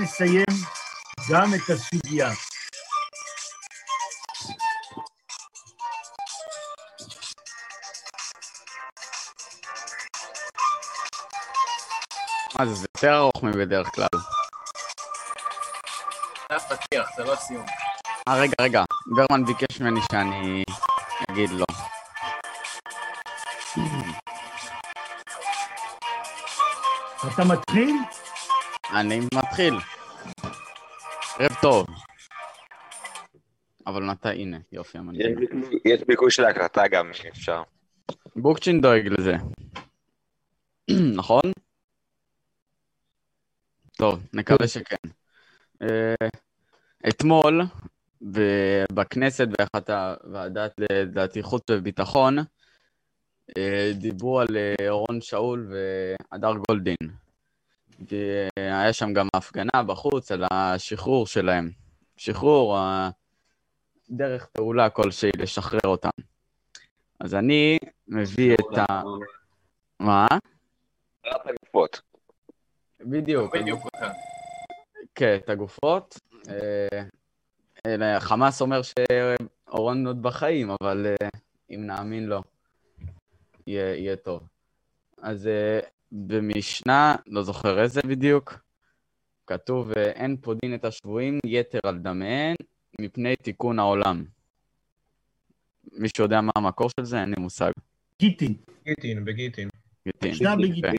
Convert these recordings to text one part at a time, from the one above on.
נסיים גם את הסוגיה. אז זה יותר ארוך מבדרך כלל. זה הפתיח, זה לא הסיום. רגע, ברמן ביקש ממני שאני אגיד לו. אתה מתחיל? אני מתחיל. ערב טוב. אבל נתה, הנה, יופי המנגינה. יש ביקוש להקלטה גם, אפשר. בוקצ'ין דואג לזה. נכון? טוב, נקווה שכן. אתמול, בכנסת, באחת הוועדת לדעתי חוץ וביטחון, דיברו על אורון שאול והדר גולדין. והיה שם גם הפגנה בחוץ על השחרור שלהם. שחרור, דרך פעולה כלשהי לשחרר אותם. אז אני מביא את ה... מה? רק הגופות. בדיוק. בדיוק אותה. כן, את הגופות. חמאס אומר שאורון עוד בחיים, אבל אם נאמין לו, יהיה טוב. אז במשנה, לא זוכר איזה בדיוק, כתוב, אין פודין את השבויים יתר על דמיהן מפני תיקון העולם. מישהו יודע מה המקור של זה? אין לי מושג. גיטין. בגיטין. שנה בגיטין.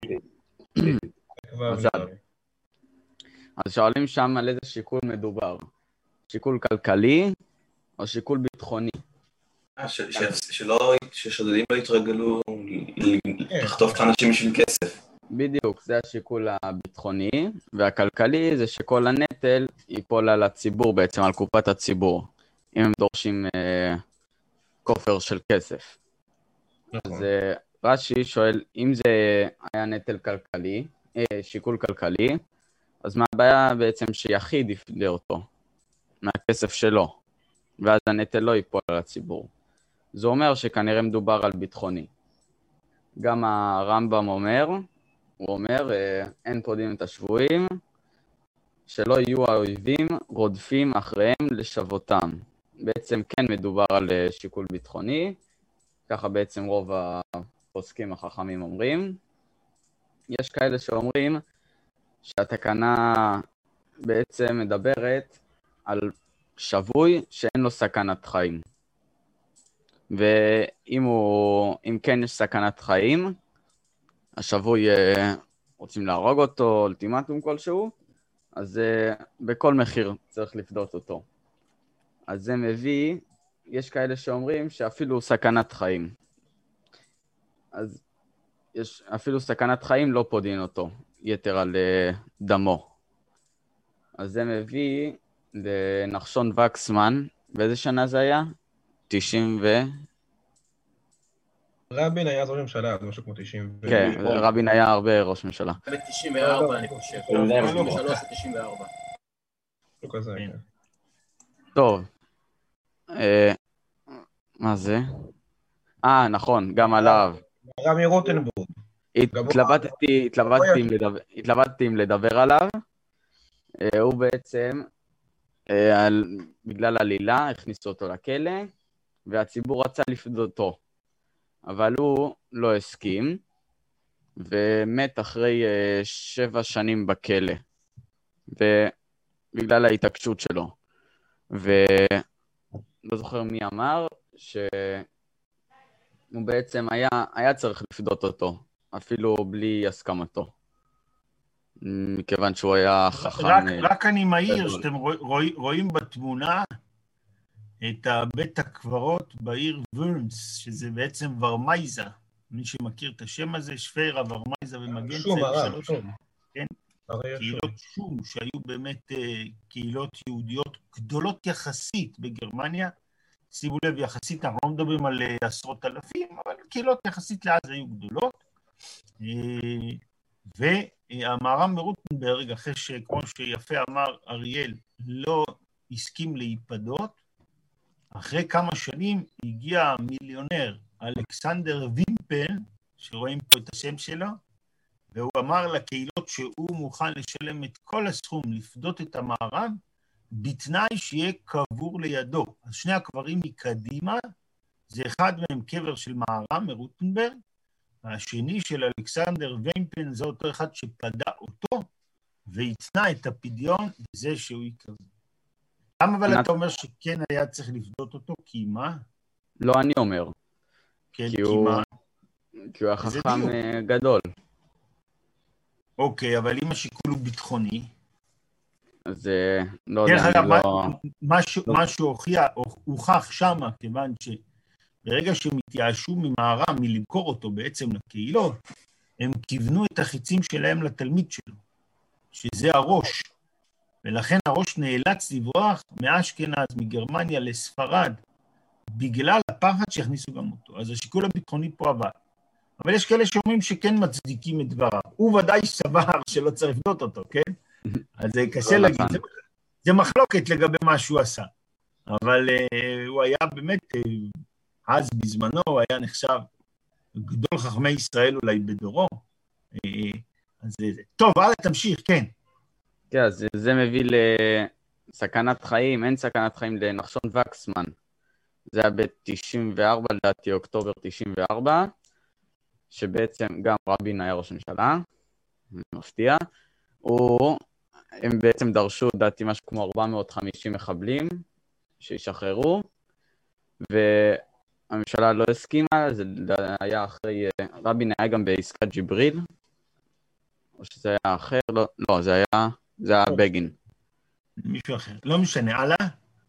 אז שואלים שם על איזה שיקול מדובר. שיקול כלכלי או שיקול ביטחוני? ששודדים לא יתרגלו לחטוף את האנשים בשביל כסף. בדיוק, זה השיקול הביטחוני, והכלכלי זה שכל הנטל ייפול על הציבור, בעצם על קופת הציבור, אם הם דורשים כופר של כסף. אז רש"י שואל, אם זה היה נטל כלכלי, שיקול כלכלי, אז מה הבעיה בעצם שיחיד יפדה אותו מהכסף שלו, ואז הנטל לא ייפול על הציבור. זה אומר שכנראה מדובר על ביטחוני. גם הרמב"ם אומר, הוא אומר, אין פודין את השבויים, שלא יהיו האויבים רודפים אחריהם לשבותם. בעצם כן מדובר על שיקול ביטחוני, ככה בעצם רוב הפוסקים החכמים אומרים. יש כאלה שאומרים שהתקנה בעצם מדברת על שבוי שאין לו סכנת חיים. ואם כן יש סכנת חיים, השבוי רוצים להרוג אותו, אולטימטום כלשהו, אז בכל מחיר צריך לפדות אותו. אז זה מביא, יש כאלה שאומרים שאפילו סכנת חיים. אז אפילו סכנת חיים לא פודין אותו, יתר על דמו. אז זה מביא לנחשון וקסמן, באיזה שנה זה היה? 90 ו... רבין היה ראש ממשלה, זה משהו כמו 90. כן, רבין היה הרבה ראש ממשלה. ב-94 אני חושב. 93 ו-94. טוב. מה זה? נכון, גם עליו. רמי רוטנבורג. התלבטתי אם לדבר עליו. הוא בעצם, בגלל עלילה, הכניסו אותו לכלא, והציבור רצה לפדות אותו. אבל הוא לא הסכים, ומת אחרי 7 שנים בכלא, ובגלל ההתעקשות שלו. ולא זוכר מי אמר שהוא בעצם היה צריך לפדות אותו, אפילו בלי הסכמתו. מכיוון שהוא היה חכם. רק אני מעיר שאתם רואים בתמונה את בית הקברות בעיר ורנס, שזה בעצם ורמייזה. מי שמכיר את השם הזה, שפיירה, ורמייזה ומגן צל, כן? קהילות שום, שהיו באמת קהילות יהודיות גדולות יחסית בגרמניה. שימו לב, יחסית, אנחנו לא מדברים על עשרות אלפים, אבל קהילות יחסית לעז היו גדולות. והמהר"ם מרוטנברג, אחרי שכמו שיפה אמר אריאל, לא הסכים להיפדות, אחרי כמה שנים הגיע מיליונר אלכסנדר וימפל, שרואים פה את השם שלו, והוא אמר לקהילות שהוא מוכן לשלם את כל הסכום, לפדות את המערב, בתנאי שיהיה קבור לידו. אז שני הקברים מקדימה, זה אחד מהם קבר של מהר"ם מרוטנברג, והשני של אלכסנדר ויימפן, זה אותו אחד שפדה אותו, והתנה את הפדיון בזה שהוא יקבר. למה אבל אתה אומר שכן היה צריך לפדות אותו? כי מה? לא, אני אומר. כן, כי כי הוא... מה? כי הוא היה חכם גדול. אוקיי, אבל אם השיקול הוא ביטחוני, אז לא יודע, דרך אגב, אני לא... מה שהוכח שמה, כיוון שברגע שהם התייאשו ממהר"ם מלמכור אותו בעצם לקהילות, הם כיוונו את החיצים שלהם לתלמיד שלו, שזה הראש, ולכן הראש נאלץ לברוח מאשכנז, מגרמניה לספרד, בגלל הפחד שהכניסו גם אותו. אז השיקול הביטחוני פה עבד. אבל יש כאלה שאומרים שכן מצדיקים את דבריו. הוא ודאי סבר שלא צריך לבדות אותו, כן? אז זה קשה להגיד. זה מחלוקת לגבי מה שהוא עשה. אבל הוא היה באמת, אז בזמנו, הוא היה נחשב גדול חכמי ישראל אולי בדורו. אז זה. טוב, הלאה, תמשיך, כן. כן, אז זה מביא לסכנת חיים, אין סכנת חיים לנחשון וקסמן. זה היה ב-94, לדעתי, אוקטובר 94, שבעצם גם רבין היה ראש ממשלה, מפתיע. הם בעצם דרשו, לדעתי, משהו כמו 450 מחבלים שישחררו, והממשלה לא הסכימה, זה היה אחרי, רבין היה גם בעסקת ג'יבריל, או שזה היה אחר, לא, זה היה בגין. מישהו אחר, לא משנה, הלאה.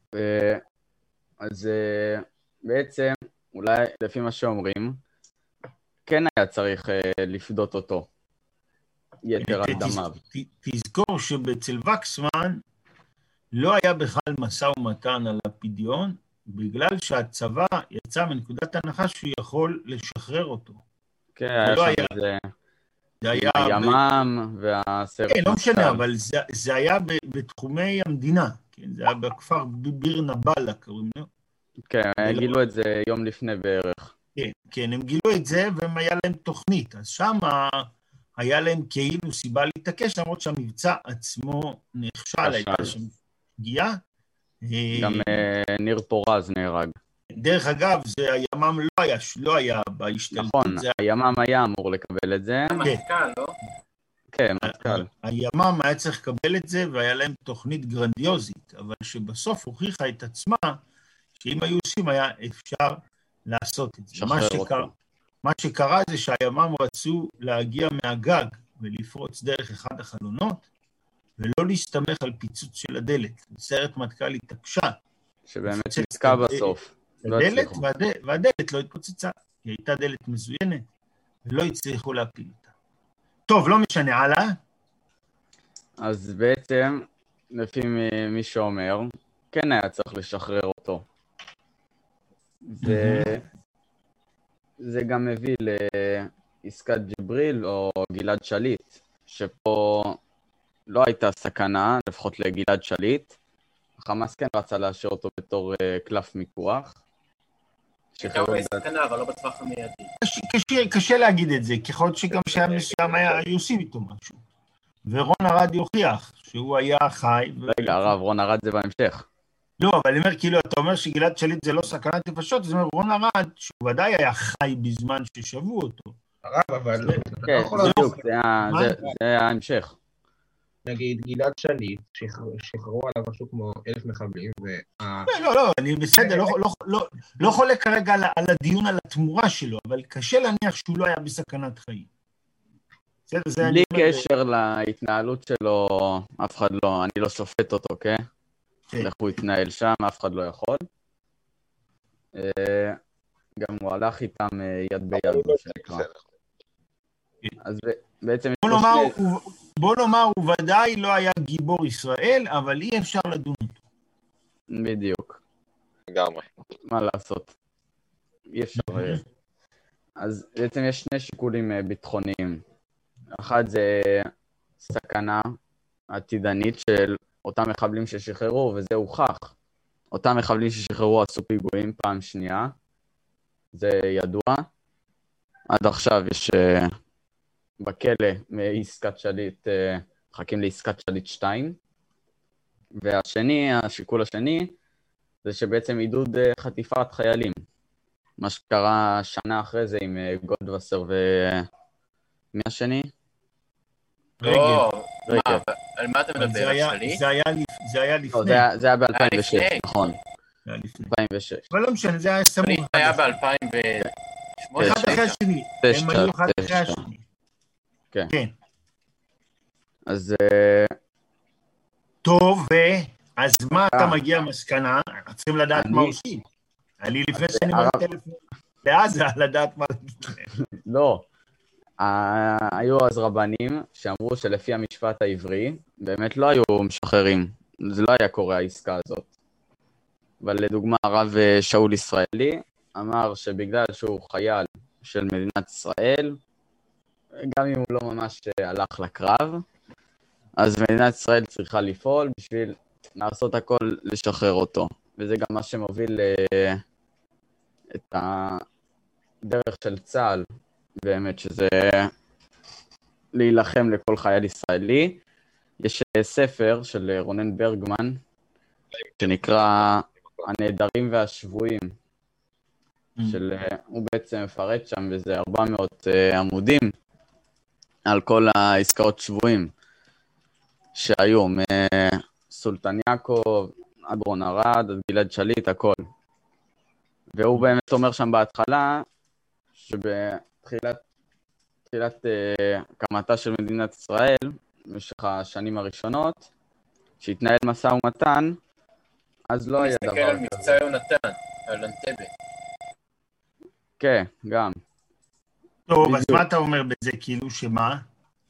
אז בעצם, אולי לפי מה שאומרים, כן היה צריך לפדות אותו, יתר על דמיו. תזכור שבאצל וקסמן לא היה בכלל משא ומתן על הפדיון, בגלל שהצבא יצא מנקודת הנחה שהוא יכול לשחרר אותו. כן, היה שם זה היה הימ"מ והסרט. כן, לא משנה, אבל זה היה בתחומי המדינה, כן, זה היה בכפר ביר נבלה, קוראים לו. כן, גילו את זה יום לפני בערך. כן, הם גילו את זה, והם היה להם תוכנית, אז שם היה להם כאילו סיבה להתעקש, למרות שהמבצע עצמו נכשל, הייתה שם פגיעה. גם ניר פורז נהרג. דרך אגב, הימ"מ לא היה בהשתלטות. נכון, הימ"מ היה אמור לקבל את זה. המטכ"ל, לא? כן, מטכ"ל. הימ"מ היה צריך לקבל את זה, והיה להם תוכנית גרנדיוזית, אבל שבסוף הוכיחה את עצמה, שאם היו עושים היה אפשר לעשות את זה. מה שקרה זה שהימ"מ רצו להגיע מהגג ולפרוץ דרך אחד החלונות, ולא להסתמך על פיצוץ של הדלת. סיירת מטכ"ל התעקשה. שבאמת נצקה בסוף. הדלת, והדלת לא התפוצצה. היא הייתה דלת מזוינת, ולא הצליחו להפיל אותה. טוב, לא משנה, הלאה. אז בעצם, לפי מי שאומר, כן היה צריך לשחרר אותו. זה גם מביא לעסקת ג'יבריל או גלעד שליט, שפה לא הייתה סכנה, לפחות לגלעד שליט. החמאס כן רצה לאשר אותו בתור קלף מיקוח. הייתה אולי סכנה, אבל לא בטווח המיידי. קשה להגיד את זה, ככל שגם שהיה מסוים היו עושים איתו משהו. ורון ארד יוכיח שהוא היה חי. רגע, הרב, רון ארד זה בהמשך. לא, אבל אני אומר, כאילו, אתה אומר שגלעד שליט זה לא סכנת נפשות, זאת אומרת, רון ארד, שהוא ודאי היה חי בזמן ששבו אותו. הרב, אבל... כן, בדיוק, זה ההמשך. נגיד, גלעד שליט, שחררו עליו משהו כמו 1,000 מחבלים, לא, אני בסדר, לא חולק כרגע על הדיון על התמורה שלו, אבל קשה להניח שהוא לא היה בסכנת חיים. בלי קשר להתנהלות שלו, אף אחד לא, אני לא שופט אותו, כן? איך הוא התנהל שם, אף אחד לא יכול. גם הוא הלך איתם יד ביד, מה שנקרא. אז בעצם... בוא נאמר, הוא ודאי לא היה גיבור ישראל, אבל אי אפשר לדון אותו. בדיוק. לגמרי. מה לעשות? אי אפשר... אז בעצם יש שני שיקולים ביטחוניים. אחד זה סכנה עתידנית של אותם מחבלים ששחררו, וזה הוכח. אותם מחבלים ששחררו עשו פיגועים פעם שנייה. זה ידוע. עד עכשיו יש בכלא מעסקת שליט, מחכים לעסקת שליט 2. והשני, השיקול השני, זה שבעצם עידוד חטיפת חיילים. מה שקרה שנה אחרי זה עם גולדווסר מי השני? לא, רגב. על מה אתה מדבר? שלי? זה היה לפני. זה היה ב-2006, נכון. זה היה לפני. 2006. אבל לא משנה, זה היה סמוך. שלי היה ב-2008. אחד אחרי השני. הם היו אחד אחרי השני. כן. כן. אז טוב, אז מה אתה מגיע למסקנה? צריכים לדעת מה עושים. אני לפני שאני מראה טלפון לעזה, לדעת מה להגיד. לא. היו אז רבנים שאמרו שלפי המשפט העברי, באמת לא היו משחררים. זה לא היה קורה העסקה הזאת. אבל לדוגמה, הרב שאול ישראלי אמר שבגלל שהוא חייל של מדינת ישראל, גם אם הוא לא ממש הלך לקרב, אז מדינת ישראל צריכה לפעול בשביל לעשות הכל לשחרר אותו. וזה גם מה שמוביל את הדרך של צה"ל, באמת, שזה להילחם לכל חייל ישראלי. יש ספר של רונן ברגמן, שנקרא הנעדרים והשבויים, הוא בעצם מפרט שם, וזה 400 עמודים, על כל העסקאות שבויים שהיו, מסולטן יעקב, עד רון ארד, עד גלעד שליט, הכל. והוא באמת אומר שם בהתחלה, שבתחילת הקמתה של מדינת ישראל, במשך השנים הראשונות, שהתנהל משא ומתן, אז לא היה דבר. נסתכל על מבצע יונתן, על אנטבה. כן, גם. טוב, אז מה אתה אומר בזה, כאילו שמה?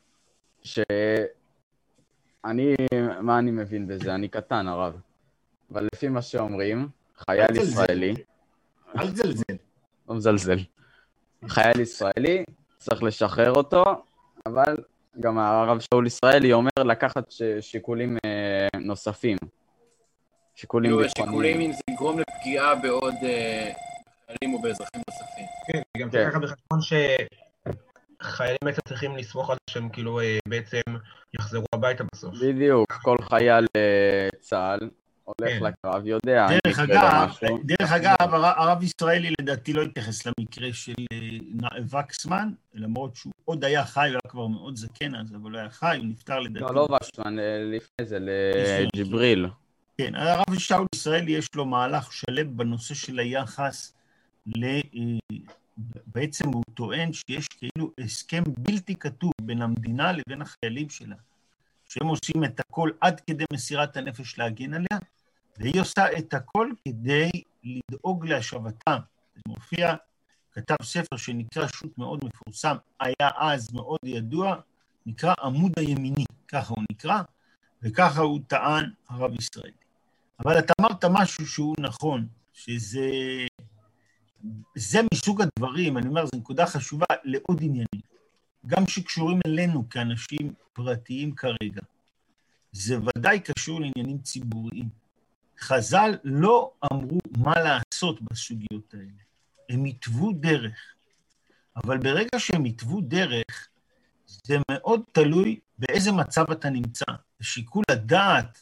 מה אני מבין בזה? אני קטן, הרב. אבל לפי מה שאומרים, חייל ישראלי... אל תזלזל. לא מזלזל. חייל ישראלי, צריך לשחרר אותו, אבל גם הרב שאול ישראלי אומר לקחת שיקולים נוספים. שיקולים ביטחוניים. שיקולים אם זה יגרום לפגיעה בעוד חיילים או באזרחים נוספים. כן, גם צריך לקחת בחשבון שחיילים בעצם צריכים לסמוך על שהם כאילו בעצם יחזרו הביתה בסוף. בדיוק, כל חייל צה"ל הולך לקרב, יודע. דרך אגב, הרב ישראלי לדעתי לא התייחס למקרה של וקסמן, למרות שהוא עוד היה חי, הוא היה כבר מאוד זקן אז, אבל הוא היה חי, הוא נפטר לדעתי. לא וקסמן, לפני זה, לג'יבריל. כן, הרב שאול ישראלי יש לו מהלך שלם בנושא של היחס, בעצם הוא טוען שיש כאילו הסכם בלתי כתוב בין המדינה לבין החיילים שלה, שהם עושים את הכל עד כדי מסירת הנפש להגן עליה, והיא עושה את הכל כדי לדאוג להשבתם. זה מופיע, כתב ספר שנקרא שו"ת מאוד מפורסם, היה אז מאוד ידוע, נקרא עמוד הימיני, ככה הוא נקרא, וככה הוא טען הרב ישראלי. אבל אתה אמרת משהו שהוא נכון, שזה מסוג הדברים, אני אומר, זו נקודה חשובה לעוד עניינים, גם שקשורים אלינו כאנשים פרטיים כרגע. זה ודאי קשור לעניינים ציבוריים. חז"ל לא אמרו מה לעשות בסוגיות האלה. הם יתוו דרך. אבל ברגע שהם יתוו דרך, זה מאוד תלוי באיזה מצב אתה נמצא. שיקול הדעת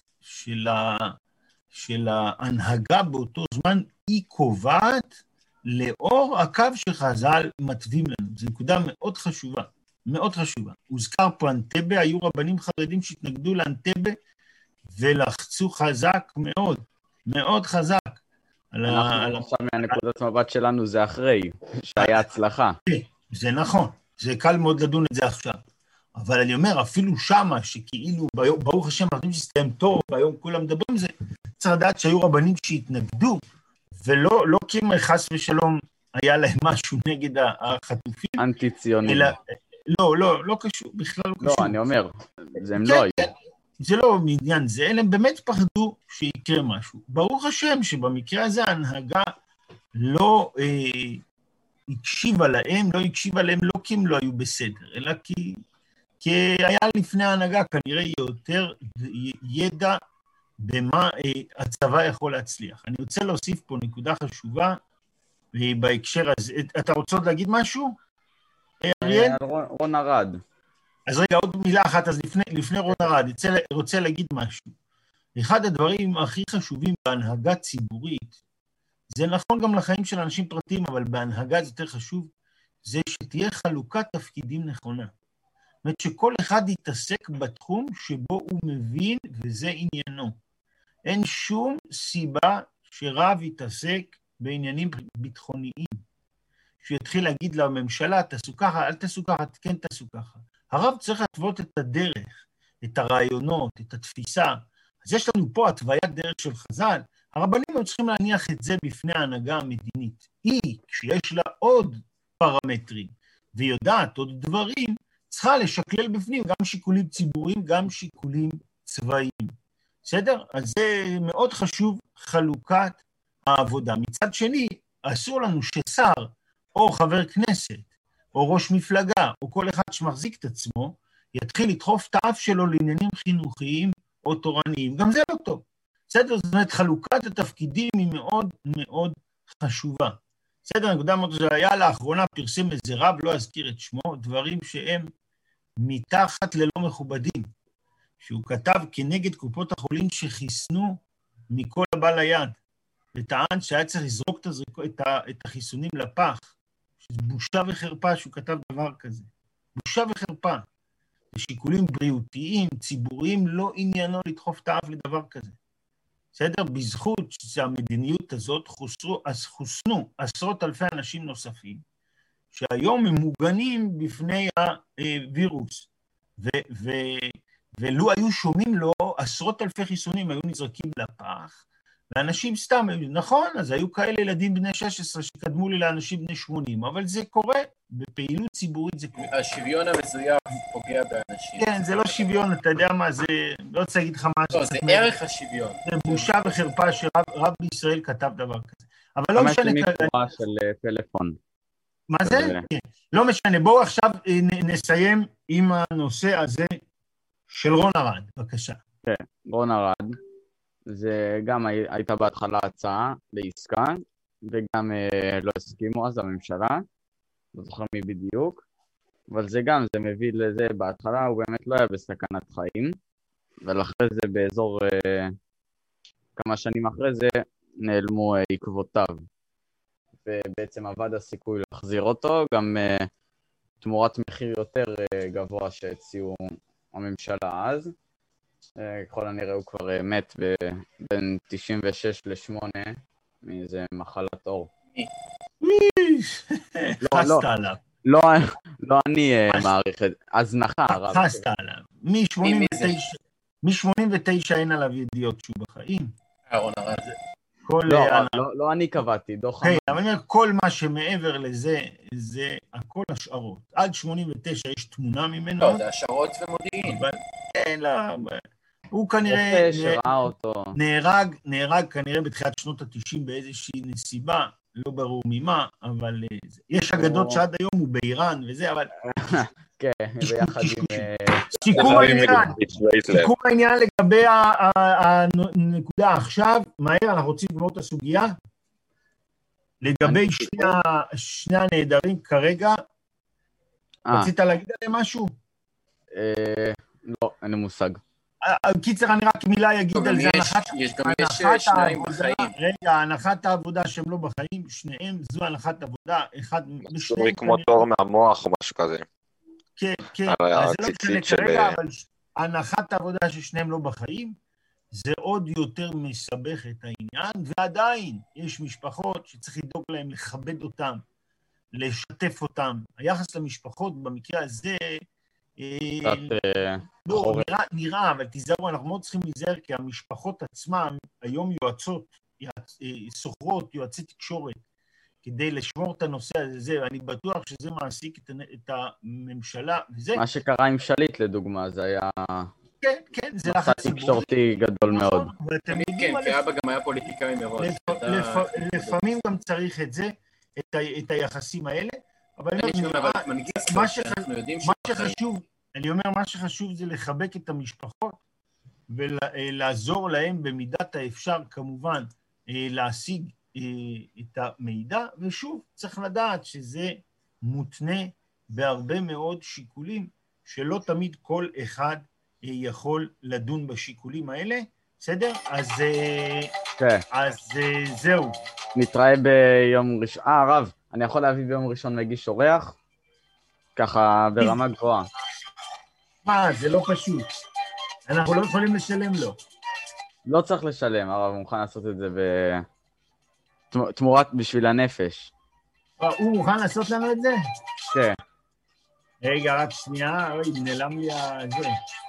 של ההנהגה באותו זמן, היא קובעת לאור הקו שחז"ל מתווים לנו. זו נקודה מאוד חשובה, מאוד חשובה. הוזכר פה אנטבה, היו רבנים חרדים שהתנגדו לאנטבה, ולחצו חזק מאוד, מאוד חזק. אנחנו עכשיו מהנקודת מבט שלנו זה אחרי, שהיה הצלחה. זה נכון, זה קל מאוד לדון את זה עכשיו. אבל אני אומר, אפילו שמה, שכאילו, ברוך השם, אנחנו שסתיים טוב, והיום כולם מדברים על זה, צריך לדעת שהיו רבנים שהתנגדו, ולא כי חס ושלום היה להם משהו נגד החטופים. אנטי-ציונים. לא קשור, בכלל לא קשור. לא, אני אומר, זה הם לא היו. זה לא מעניין זה, אלא הם באמת פחדו שיקרה משהו. ברוך השם שבמקרה הזה ההנהגה לא הקשיבה להם, לא הקשיבה להם לא כי הם לא היו בסדר, אלא כי היה לפני ההנהגה כנראה יותר ידע במה הצבא יכול להצליח. אני רוצה להוסיף פה נקודה חשובה בהקשר הזה. אתה רוצה עוד להגיד משהו, אריאל? רון ארד. אז רגע, עוד מילה אחת, אז לפני רון ארד, רוצה להגיד משהו. אחד הדברים הכי חשובים בהנהגה ציבורית, זה נכון גם לחיים של אנשים פרטיים, אבל בהנהגה זה יותר חשוב, זה שתהיה חלוקת תפקידים נכונה. זאת אומרת שכל אחד יתעסק בתחום שבו הוא מבין, וזה עניינו. אין שום סיבה שרב יתעסק בעניינים ביטחוניים. שהוא יתחיל להגיד לממשלה, תעשו ככה, אל תעשו ככה, כן תעשו ככה. הרב צריך להתוות את הדרך, את הרעיונות, את התפיסה. אז יש לנו פה התוויית דרך של חז"ל, הרבנים הם צריכים להניח את זה בפני ההנהגה המדינית. היא, כשיש לה עוד פרמטרים, ויודעת עוד דברים, צריכה לשקלל בפנים גם שיקולים ציבוריים, גם שיקולים צבאיים. בסדר? אז זה מאוד חשוב, חלוקת העבודה. מצד שני, אסור לנו ששר, או חבר כנסת, או ראש מפלגה, או כל אחד שמחזיק את עצמו, יתחיל לדחוף את האף שלו לעניינים חינוכיים או תורניים. גם זה לא טוב. בסדר? זאת אומרת, חלוקת התפקידים היא מאוד מאוד חשובה. בסדר? נקודה מאוד, זה היה לאחרונה, פרסם איזה רב, לא אזכיר את שמו, דברים שהם מתחת ללא מכובדים, שהוא כתב כנגד קופות החולים שחיסנו מכל הבא ליד, וטען שהיה צריך לזרוק את החיסונים לפח, שזה בושה וחרפה שהוא כתב דבר כזה. בושה וחרפה. ושיקולים בריאותיים, ציבוריים, לא עניינו לדחוף את האף לדבר כזה. בסדר? בזכות שהמדיניות הזאת חוסנו עשרות אלפי אנשים נוספים, שהיום הם מוגנים בפני הווירוס, ולו היו שומעים לו, עשרות אלפי חיסונים היו נזרקים לפח, ואנשים סתם, נכון, אז היו כאלה ילדים בני 16 שקדמו לי לאנשים בני 80, אבל זה קורה, בפעילות ציבורית זה קורה. השוויון המזויף פוגע באנשים. כן, זה לא שוויון, אתה יודע מה, זה, לא רוצה להגיד לך משהו. לא, זה ערך השוויון. זה בושה וחרפה שרב בישראל כתב דבר כזה. אבל לא משנה... תנועה של פלאפון. מה זה? כן. לא משנה, בואו עכשיו נסיים עם הנושא הזה של רון ארד, בבקשה. כן, רון ארד. זה גם הייתה בהתחלה הצעה לעסקה, וגם לא הסכימו אז הממשלה, לא זוכר מי בדיוק, אבל זה גם, זה מביא לזה, בהתחלה הוא באמת לא היה בסכנת חיים, אבל אחרי זה באזור, כמה שנים אחרי זה, נעלמו עקבותיו, ובעצם עבד הסיכוי להחזיר אותו, גם תמורת מחיר יותר גבוה שהציעו הממשלה אז, ככל הנראה הוא כבר מת בין 96 ל-8 מאיזה מחלת עור. חסת עליו. לא אני מעריך את זה, הזנחה. חסת עליו. מ-89 אין עליו ידיעות שהוא בחיים. רון ארד. לא אני קבעתי, דוח אבל אני אומר, כל מה שמעבר לזה, זה הכל השערות. עד 89 יש תמונה ממנו. לא, זה השערות ומודיעין. אין לה... הוא כנראה נהרג כנראה בתחילת שנות ה-90 באיזושהי נסיבה, לא ברור ממה, אבל יש אגדות שעד היום הוא באיראן וזה, אבל... כן, ביחד עם... סיכום העניין לגבי הנקודה עכשיו, מהר, אנחנו רוצים לגמור את הסוגיה, לגבי שני הנהדרים כרגע, רצית להגיד עליהם משהו? לא, אין לי מושג. קיצר, אני רק מילה יגיד על זה, יש שניים בחיים. רגע, הנחת העבודה שהם לא בחיים, שניהם זו הנחת עבודה, אחד... סורי כמו תור מהמוח או משהו כזה. כן, כן, אז זה לא משנה כרגע, אבל הנחת העבודה ששניהם לא בחיים, זה עוד יותר מסבך את העניין, ועדיין יש משפחות שצריך לדאוג להם, לכבד אותם, לשתף אותם. היחס למשפחות במקרה הזה, לא, נראה, אבל תיזהרו, אנחנו מאוד צריכים להיזהר, כי המשפחות עצמן היום יועצות, סוחרות, יועצי תקשורת, כדי לשמור את הנושא הזה, ואני בטוח שזה מעסיק את הממשלה, וזה... מה שקרה עם שליט, לדוגמה, זה היה... כן, כן, זה לחץ ציבורי. תקשורתי גדול מאוד. כן, כי אבא גם היה פוליטיקאי מראש. לפעמים גם צריך את זה, את היחסים האלה, אבל מה שחשוב זה לחבק את המשפחות ולעזור להם במידת האפשר כמובן להשיג את המידע, ושוב צריך לדעת שזה מותנה בהרבה מאוד שיקולים שלא תמיד כל אחד יכול לדון בשיקולים האלה, בסדר? אז זהו. נתראה ביום ראשון. רב, אני יכול להביא ביום ראשון מגיש אורח? ככה ברמה גבוהה. זה לא פשוט. אנחנו לא יכולים לשלם לו. לא צריך לשלם, הרב מוכן לעשות את זה תמורת בשביל הנפש. הוא מוכן לעשות לנו את זה? כן. רגע, רק שנייה, נעלם לי זה.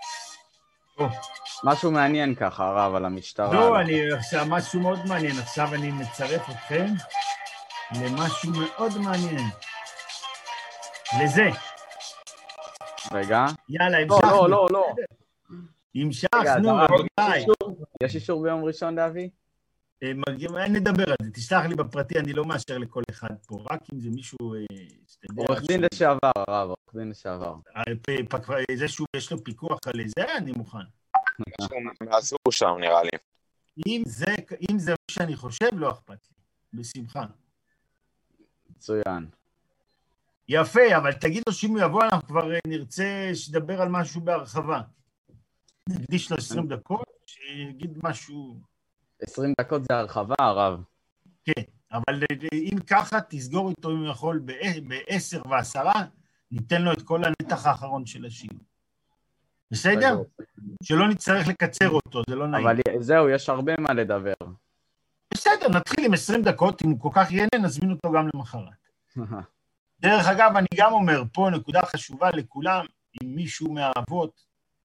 משהו מעניין ככה, הרב, על המשטרה. לא, עכשיו משהו מאוד מעניין. עכשיו אני מצרף אתכם למשהו מאוד מעניין. לזה. רגע. יאללה, המשכנו. לא. המשכנו, רבותיי. יש אישור ביום ראשון, דבי? נדבר על זה, תשלח לי בפרטי, אני לא מאשר לכל אחד פה, רק אם זה מישהו... עורך דין לשעבר, הרב, עורך דין לשעבר. זה שיש לו פיקוח על זה, אני מוכן. מעזור שם, נראה לי. אם זה מה שאני חושב, לא אכפת לי. בשמחה. מצוין. יפה, אבל תגיד לו שאם הוא יבוא, אנחנו כבר נרצה שדבר על משהו בהרחבה. נקדיש לו 20 דקות, שיגיד משהו... 20 דקות זה הרחבה, הרב. כן, אבל אם ככה, תסגור איתו אם הוא יכול ב-10 ו10, ניתן לו את כל הנתח האחרון של השיעור. בסדר? שלא נצטרך לקצר אותו, זה לא נעים. אבל זהו, יש הרבה מה לדבר. בסדר, נתחיל עם 20 דקות, אם הוא כל כך ייהנה, נזמין אותו גם למחרת. דרך אגב, אני גם אומר, פה נקודה חשובה לכולם, אם מישהו מהאבות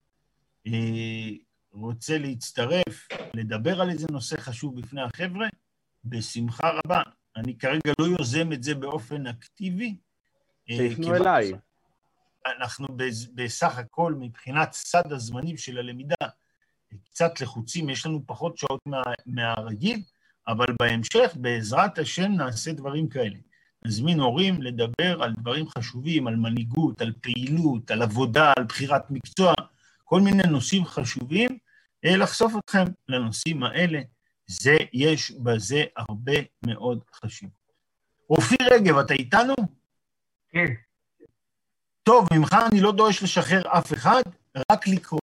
רוצה להצטרף, לדבר על איזה נושא חשוב בפני החבר'ה, בשמחה רבה. אני כרגע לא יוזם את זה באופן אקטיבי. שיפנו אליי. אנחנו בסך הכל, מבחינת סד הזמנים של הלמידה, קצת לחוצים, יש לנו פחות שעות מהרגיל, אבל בהמשך, בעזרת השם, נעשה דברים כאלה. נזמין הורים לדבר על דברים חשובים, על מנהיגות, על פעילות, על עבודה, על בחירת מקצוע, כל מיני נושאים חשובים, לחשוף אתכם לנושאים האלה, יש בזה הרבה מאוד חשוב. אופיר רגב, אתה איתנו? כן. טוב, ממך אני לא דורש לשחרר אף אחד, רק לקרוא.